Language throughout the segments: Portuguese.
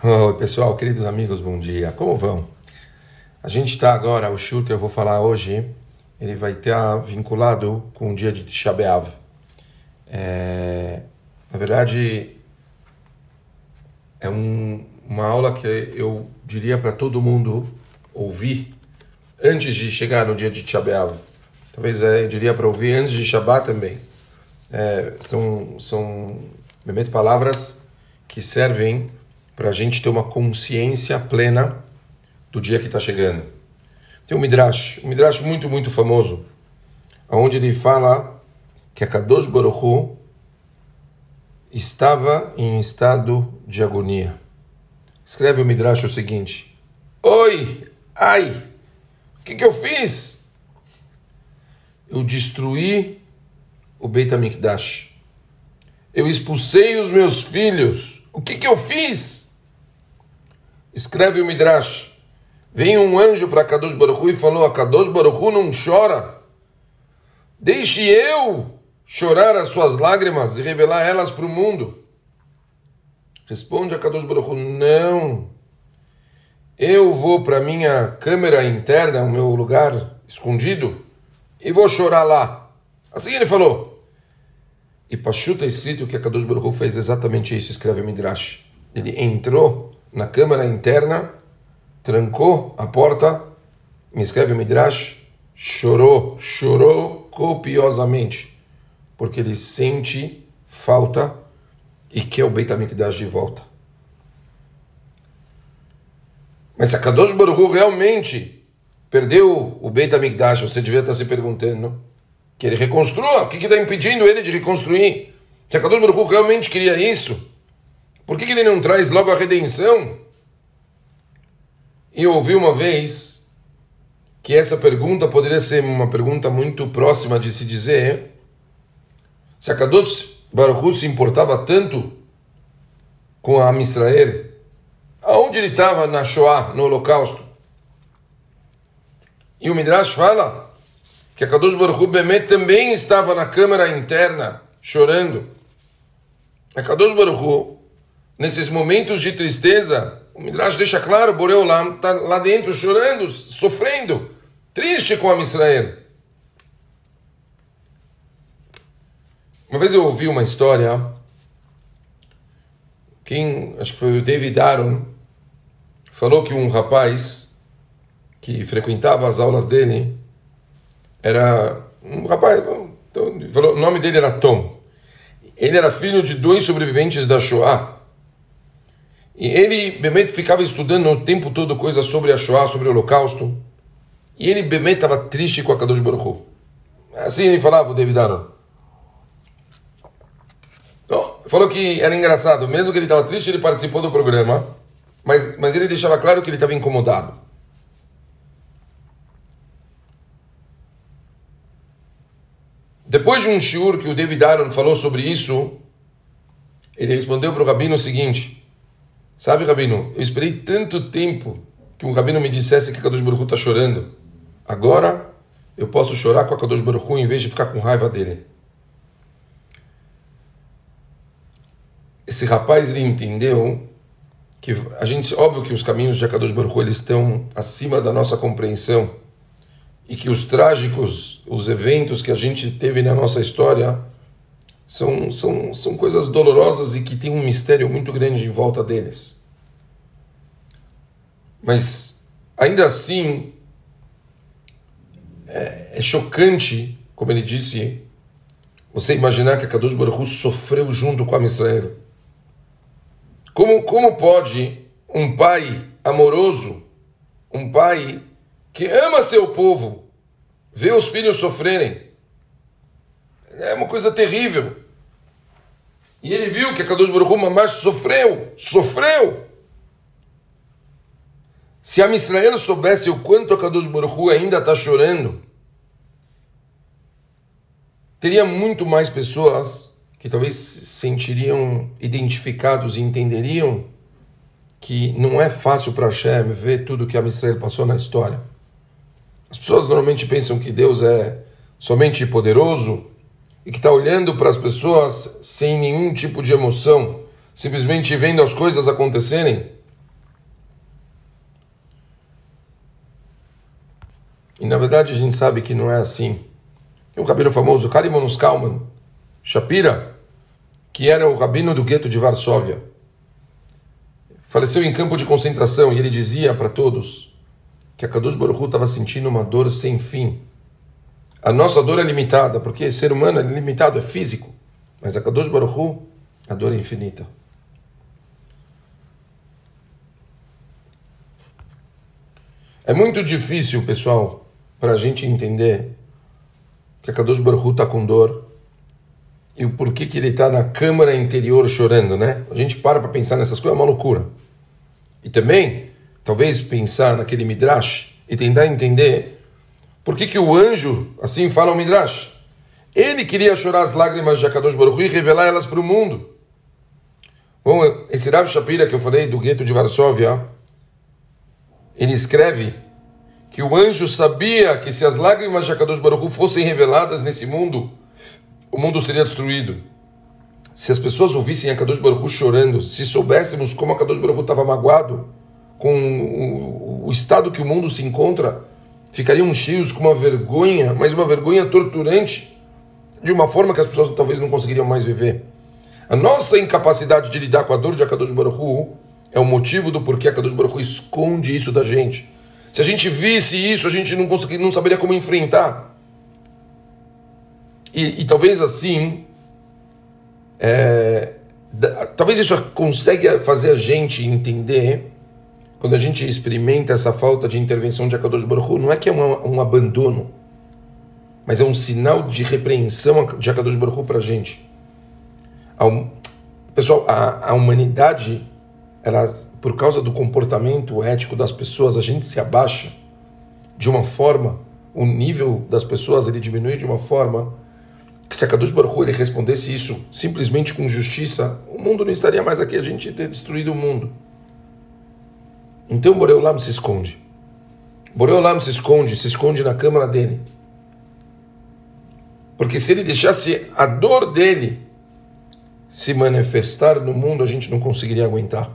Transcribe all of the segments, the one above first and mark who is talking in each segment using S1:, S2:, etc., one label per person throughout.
S1: Oi, pessoal, queridos amigos, bom dia. Como vão? A gente está agora, o shiur que eu vou falar hoje, ele vai estar vinculado com o dia de Tisha B'Av. Na verdade, é uma aula que eu diria para todo mundo ouvir antes de chegar no dia de Tisha B'Av. Talvez eu diria para ouvir antes de Shabbat também. São realmente palavras que servem para a gente ter uma consciência plena do dia que está chegando. Tem um Midrash muito, muito famoso, onde ele fala que a Kadosh Baruch Hu estava em estado de agonia. Escreve o Midrash o seguinte: Oi, ai, o que eu fiz? Eu destruí o Beit HaMikdash. Eu expulsei os meus filhos. O que eu fiz? Escreve o Midrash. Veio um anjo para Kadosh Baruch Hu e falou: a Kadosh Baruch Hu não chora. Deixe eu chorar as suas lágrimas e revelar elas para o mundo. Responde a Kadosh Baruch Hu: não. Eu vou para minha câmara interna, o meu lugar escondido, e vou chorar lá. Assim ele falou. E Pashut está escrito que a Kadosh Baruch Hu fez exatamente isso, escreve o Midrash. Ele entrou na câmara interna, trancou a porta, me escreve o Midrash, chorou copiosamente, porque ele sente falta e quer o Beit HaMikdash de volta. Mas se a Kadosh Baruch Hu realmente perdeu o Beit HaMikdash, você devia estar se perguntando que ele reconstrua. O que está impedindo ele de reconstruir? Se a Kadosh Baruch Hu realmente queria isso, por que ele não traz logo a redenção? E eu ouvi uma vez que essa pergunta poderia ser uma pergunta muito próxima de se dizer: se a Kadosh Baruch Hu se importava tanto com a Am Israel, aonde ele estava na Shoah, no Holocausto? E o Midrash fala que a Kadosh Baruch Hu Bemet também estava na câmara interna, chorando. A Kadosh Baruch Hu, nesses momentos de tristeza, o Midrash deixa claro, Borei Olam está lá dentro chorando, sofrendo, triste com a Israel. Uma vez eu ouvi uma história, acho que foi o David Aaron, falou que um rapaz que frequentava as aulas dele era um rapaz, o nome dele era Tom. Ele era filho de 2 sobreviventes da Shoah. E ele, Bemet, ficava estudando o tempo todo coisas sobre a Shoah, sobre o Holocausto. E ele, Bemet, estava triste com a Kadosh Baruch Hu. Assim ele falava, o David Aaron. Então, falou que era engraçado. Mesmo que ele estava triste, ele participou do programa. Mas ele deixava claro que ele estava incomodado. Depois de um shiur que o David Aaron falou sobre isso, ele respondeu para o Rabino o seguinte: sabe, Rabino, eu esperei tanto tempo que um Rabino me dissesse que a Kadosh Baruch Hu está chorando. Agora eu posso chorar com a Kadosh Baruch Hu em vez de ficar com raiva dele. Esse rapaz, ele entendeu que óbvio que os caminhos de Kadosh Baruch Hu eles estão acima da nossa compreensão, e que os trágicos, os eventos que a gente teve na nossa história são coisas dolorosas e que tem um mistério muito grande em volta deles. Mas, ainda assim, é chocante, como ele disse, você imaginar que a Kadosh Baruch Hu sofreu junto com a Israel. Como pode um pai amoroso, um pai que ama seu povo, ver os filhos sofrerem? É uma coisa terrível. E ele viu que a Kadosh Baruch Hu Mamash sofreu. Se a Israel soubesse o quanto a Kadosh Baruch Hu ainda está chorando, teria muito mais pessoas que talvez se sentiriam identificados e entenderiam que não é fácil para Hashem ver tudo que a Israel passou na história. As pessoas normalmente pensam que Deus é somente poderoso e que está olhando para as pessoas sem nenhum tipo de emoção, simplesmente vendo as coisas acontecerem. E na verdade a gente sabe que não é assim. Tem um rabino famoso, Karimonus Kalman Shapira, que era o rabino do gueto de Varsóvia. Faleceu em campo de concentração e ele dizia para todos que a Kadosh Baruch Hu estava sentindo uma dor sem fim. A nossa dor é limitada, porque ser humano é limitado, é físico. Mas a Kadosh Baruch Hu, a dor é infinita. É muito difícil, pessoal, para a gente entender que a Kadosh Baruch Hu está com dor e o porquê que ele está na câmara interior chorando, né? A gente para pensar nessas coisas, é uma loucura. E também, talvez, pensar naquele Midrash e tentar entender por que o anjo, assim fala o Midrash, ele queria chorar as lágrimas de Akadosh Baruch Hu e revelar elas para o mundo. Bom, esse Rav Shapira que eu falei do gueto de Varsóvia, ele escreve que o anjo sabia que se as lágrimas de Akadosh Baruch Hu fossem reveladas nesse mundo, o mundo seria destruído. Se as pessoas ouvissem Akadosh Baruch Hu chorando, se soubéssemos como Akadosh Baruch Hu estava magoado com o estado que o mundo se encontra, ficariam cheios com uma vergonha, mas uma vergonha torturante, de uma forma que as pessoas talvez não conseguiriam mais viver. A nossa incapacidade de lidar com a dor de Akadosh Baruch Hu é o motivo do porquê Akadosh Baruch Hu esconde isso da gente. Se a gente visse isso, a gente não saberia como enfrentar. E talvez assim, talvez isso consiga fazer a gente entender, quando a gente experimenta essa falta de intervenção de Akadosh Baruch Hu, não é que é um abandono, mas é um sinal de repreensão de Akadosh Baruch Hu para a gente. Pessoal, a humanidade, por causa do comportamento ético das pessoas, a gente se abaixa de uma forma, o nível das pessoas ele diminui de uma forma que se a Kadosh Baruch Hu ele respondesse isso simplesmente com justiça, o mundo não estaria mais aqui, a gente ia ter destruído o mundo. Então Borei Olam se esconde. Borei Olam se esconde na câmara dele. Porque se ele deixasse a dor dele se manifestar no mundo, a gente não conseguiria aguentar.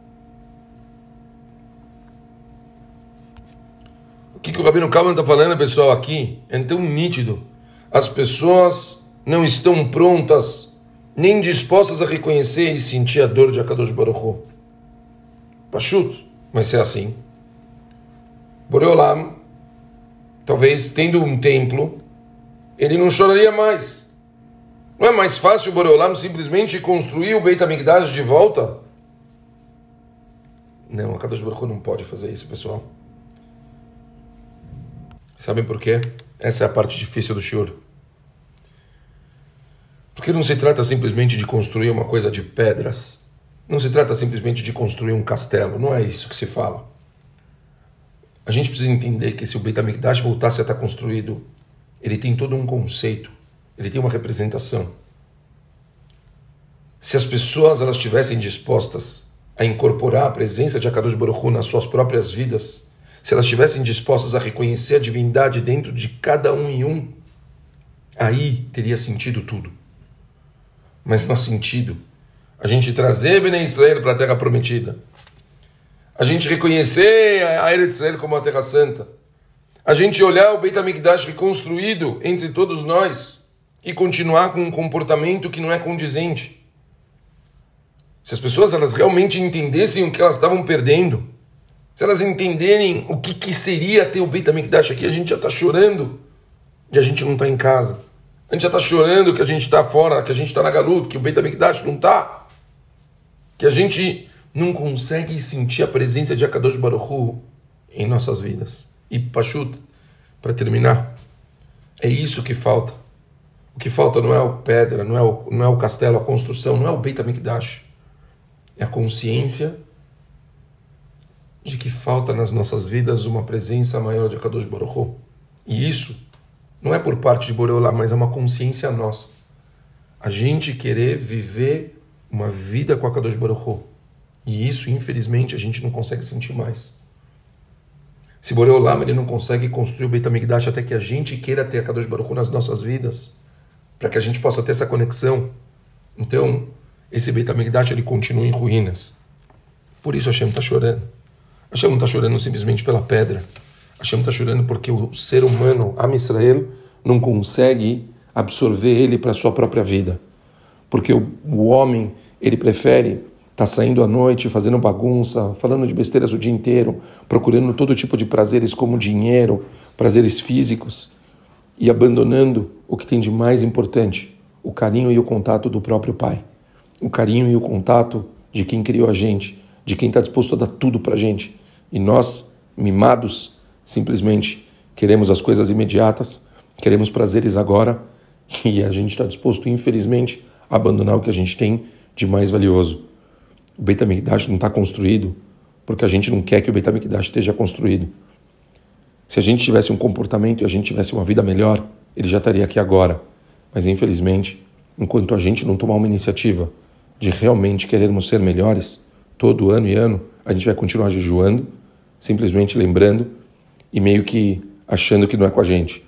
S1: O que o Rabino Kalman está falando, pessoal, aqui é tão nítido. As pessoas não estão prontas, nem dispostas a reconhecer e sentir a dor de Akadosh Baruch Hu. Pachut, mas é assim. Borei Olam, talvez tendo um templo, ele não choraria mais. Não é mais fácil o Borei Olam simplesmente construir o Beit HaMikdash de volta? Não, Akadosh Baruch Hu não pode fazer isso, pessoal. Sabem por quê? Essa é a parte difícil do shiur. Porque não se trata simplesmente de construir uma coisa de pedras. Não se trata simplesmente de construir um castelo. Não é isso que se fala. A gente precisa entender que se o Beit HaMikdash voltasse a estar construído, ele tem todo um conceito. Ele tem uma representação. Se as pessoas elas estivessem dispostas a incorporar a presença de Akadosh Baruch Hu nas suas próprias vidas, se elas estivessem dispostas a reconhecer a divindade dentro de cada um e um, aí teria sentido tudo. Mas não há sentido a gente trazer Bnei Israel para a Terra Prometida, a gente reconhecer a Eretz Israel como a Terra Santa, a gente olhar o Beit HaMikdash reconstruído entre todos nós e continuar com um comportamento que não é condizente. Se as pessoas elas realmente entendessem o que elas estavam perdendo, se elas entenderem o que seria ter o Beit HaMikdash aqui, a gente já está chorando de a gente não estar em casa. A gente já está chorando que a gente está fora, que a gente está na Galut, que o Beit HaMikdash não está. Que a gente não consegue sentir a presença de Akadosh Baruch Hu em nossas vidas. E Pachut, para terminar, é isso que falta. O que falta não é a pedra, não é o castelo, a construção, não é o Beit HaMikdash. É a consciência de que falta nas nossas vidas uma presença maior de Akadosh Baruch Hu. E isso não é por parte de Borei Olam, mas é uma consciência nossa. A gente querer viver uma vida com Akadosh Baruch Hu. E isso, infelizmente, a gente não consegue sentir mais. Se Borei Olam ele não consegue construir o Beit HaMikdash até que a gente queira ter Akadosh Baruch Hu nas nossas vidas, para que a gente possa ter essa conexão, então esse Beit HaMikdash ele continua em ruínas. Por isso Hashem está chorando. Hashem não está chorando simplesmente pela pedra. Hashem está chorando porque o ser humano, Am Israel, não consegue absorver ele para a sua própria vida. Porque o homem, ele prefere estar saindo à noite, fazendo bagunça, falando de besteiras o dia inteiro, procurando todo tipo de prazeres como dinheiro, prazeres físicos, e abandonando o que tem de mais importante, o carinho e o contato do próprio pai. O carinho e o contato de quem criou a gente, de quem está disposto a dar tudo para a gente. E nós, mimados, simplesmente queremos as coisas imediatas, queremos prazeres agora, e a gente está disposto, infelizmente, a abandonar o que a gente tem de mais valioso. O Beit HaMikdash não está construído porque a gente não quer que o Beit HaMikdash esteja construído. Se a gente tivesse um comportamento e a gente tivesse uma vida melhor, ele já estaria aqui agora. Mas, infelizmente, enquanto a gente não tomar uma iniciativa de realmente querermos ser melhores, todo ano e ano, a gente vai continuar jejuando, simplesmente lembrando e meio que achando que não é com a gente.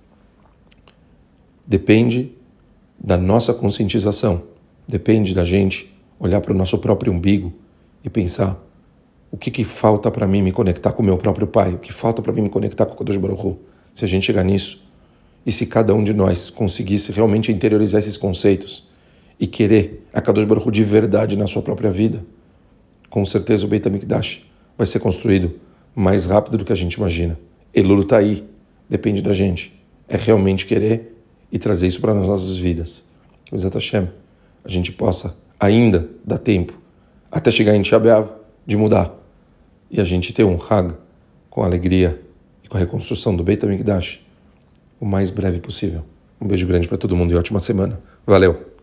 S1: Depende da nossa conscientização. Depende da gente olhar para o nosso próprio umbigo e pensar o que falta para mim me conectar com o meu próprio pai, o que falta para mim me conectar com o Kadosh Baruch Hu. Se a gente chegar nisso, e se cada um de nós conseguisse realmente interiorizar esses conceitos e querer a Kadosh Baruch Hu de verdade na sua própria vida, com certeza o Beit HaMikdash vai ser construído mais rápido do que a gente imagina. Elul está aí, depende da gente. É realmente querer e trazer isso para as nossas vidas. Que o Zé Hashem, a gente possa ainda dar tempo até chegar em Tisha B'Av de mudar e a gente ter um Hag com alegria e com a reconstrução do Beit HaMikdash o mais breve possível. Um beijo grande para todo mundo e ótima semana. Valeu!